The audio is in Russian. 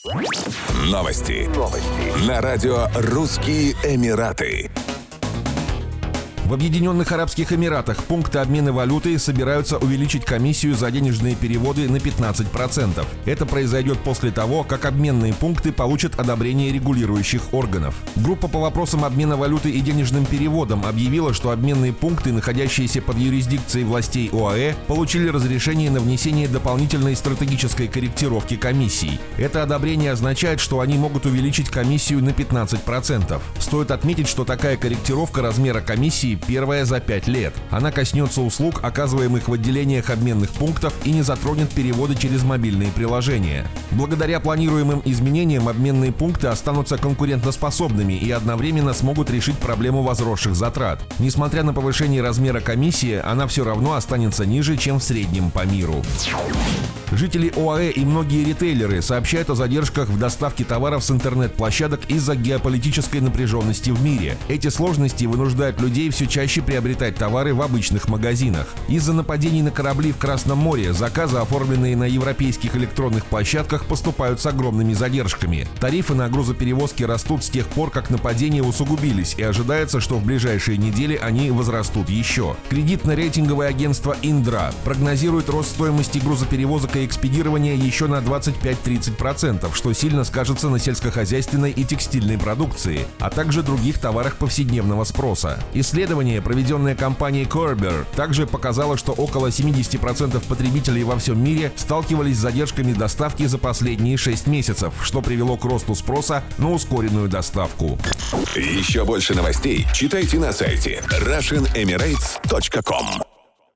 Новости. На радио «Русские Эмираты». В Объединенных Арабских Эмиратах пункты обмена валюты собираются увеличить комиссию за денежные переводы на 15%. Это произойдет после того, как обменные пункты получат одобрение регулирующих органов. Группа по вопросам обмена валюты и денежным переводам объявила, что обменные пункты, находящиеся под юрисдикцией властей ОАЭ, получили разрешение на внесение дополнительной стратегической корректировки комиссий. Это одобрение означает, что они могут увеличить комиссию на 15%. Стоит отметить, что такая корректировка размера комиссии первая за 5 лет. Она коснется услуг, оказываемых в отделениях обменных пунктов, и не затронет переводы через мобильные приложения. Благодаря планируемым изменениям обменные пункты останутся конкурентоспособными и одновременно смогут решить проблему возросших затрат. Несмотря на повышение размера комиссии, она все равно останется ниже, чем в среднем по миру. Жители ОАЭ и многие ритейлеры сообщают о задержках в доставке товаров с интернет-площадок из-за геополитической напряженности в мире. Эти сложности вынуждают людей все чаще приобретать товары в обычных магазинах. Из-за нападений на корабли в Красном море заказы, оформленные на европейских электронных площадках, поступают с огромными задержками. Тарифы на грузоперевозки растут с тех пор, как нападения усугубились, и ожидается, что в ближайшие недели они возрастут еще. Кредитно-рейтинговое агентство Индра прогнозирует рост стоимости грузоперевозок и экспедирования еще на 25-30%, что сильно скажется на сельскохозяйственной и текстильной продукции, а также других товарах повседневного спроса. Исследование, проведенное компанией Körber, также показало, что около 70% потребителей во всем мире сталкивались с задержками доставки за последние 6 месяцев, что привело к росту спроса на ускоренную доставку. Еще больше новостей читайте на сайте RussianEmirates.com.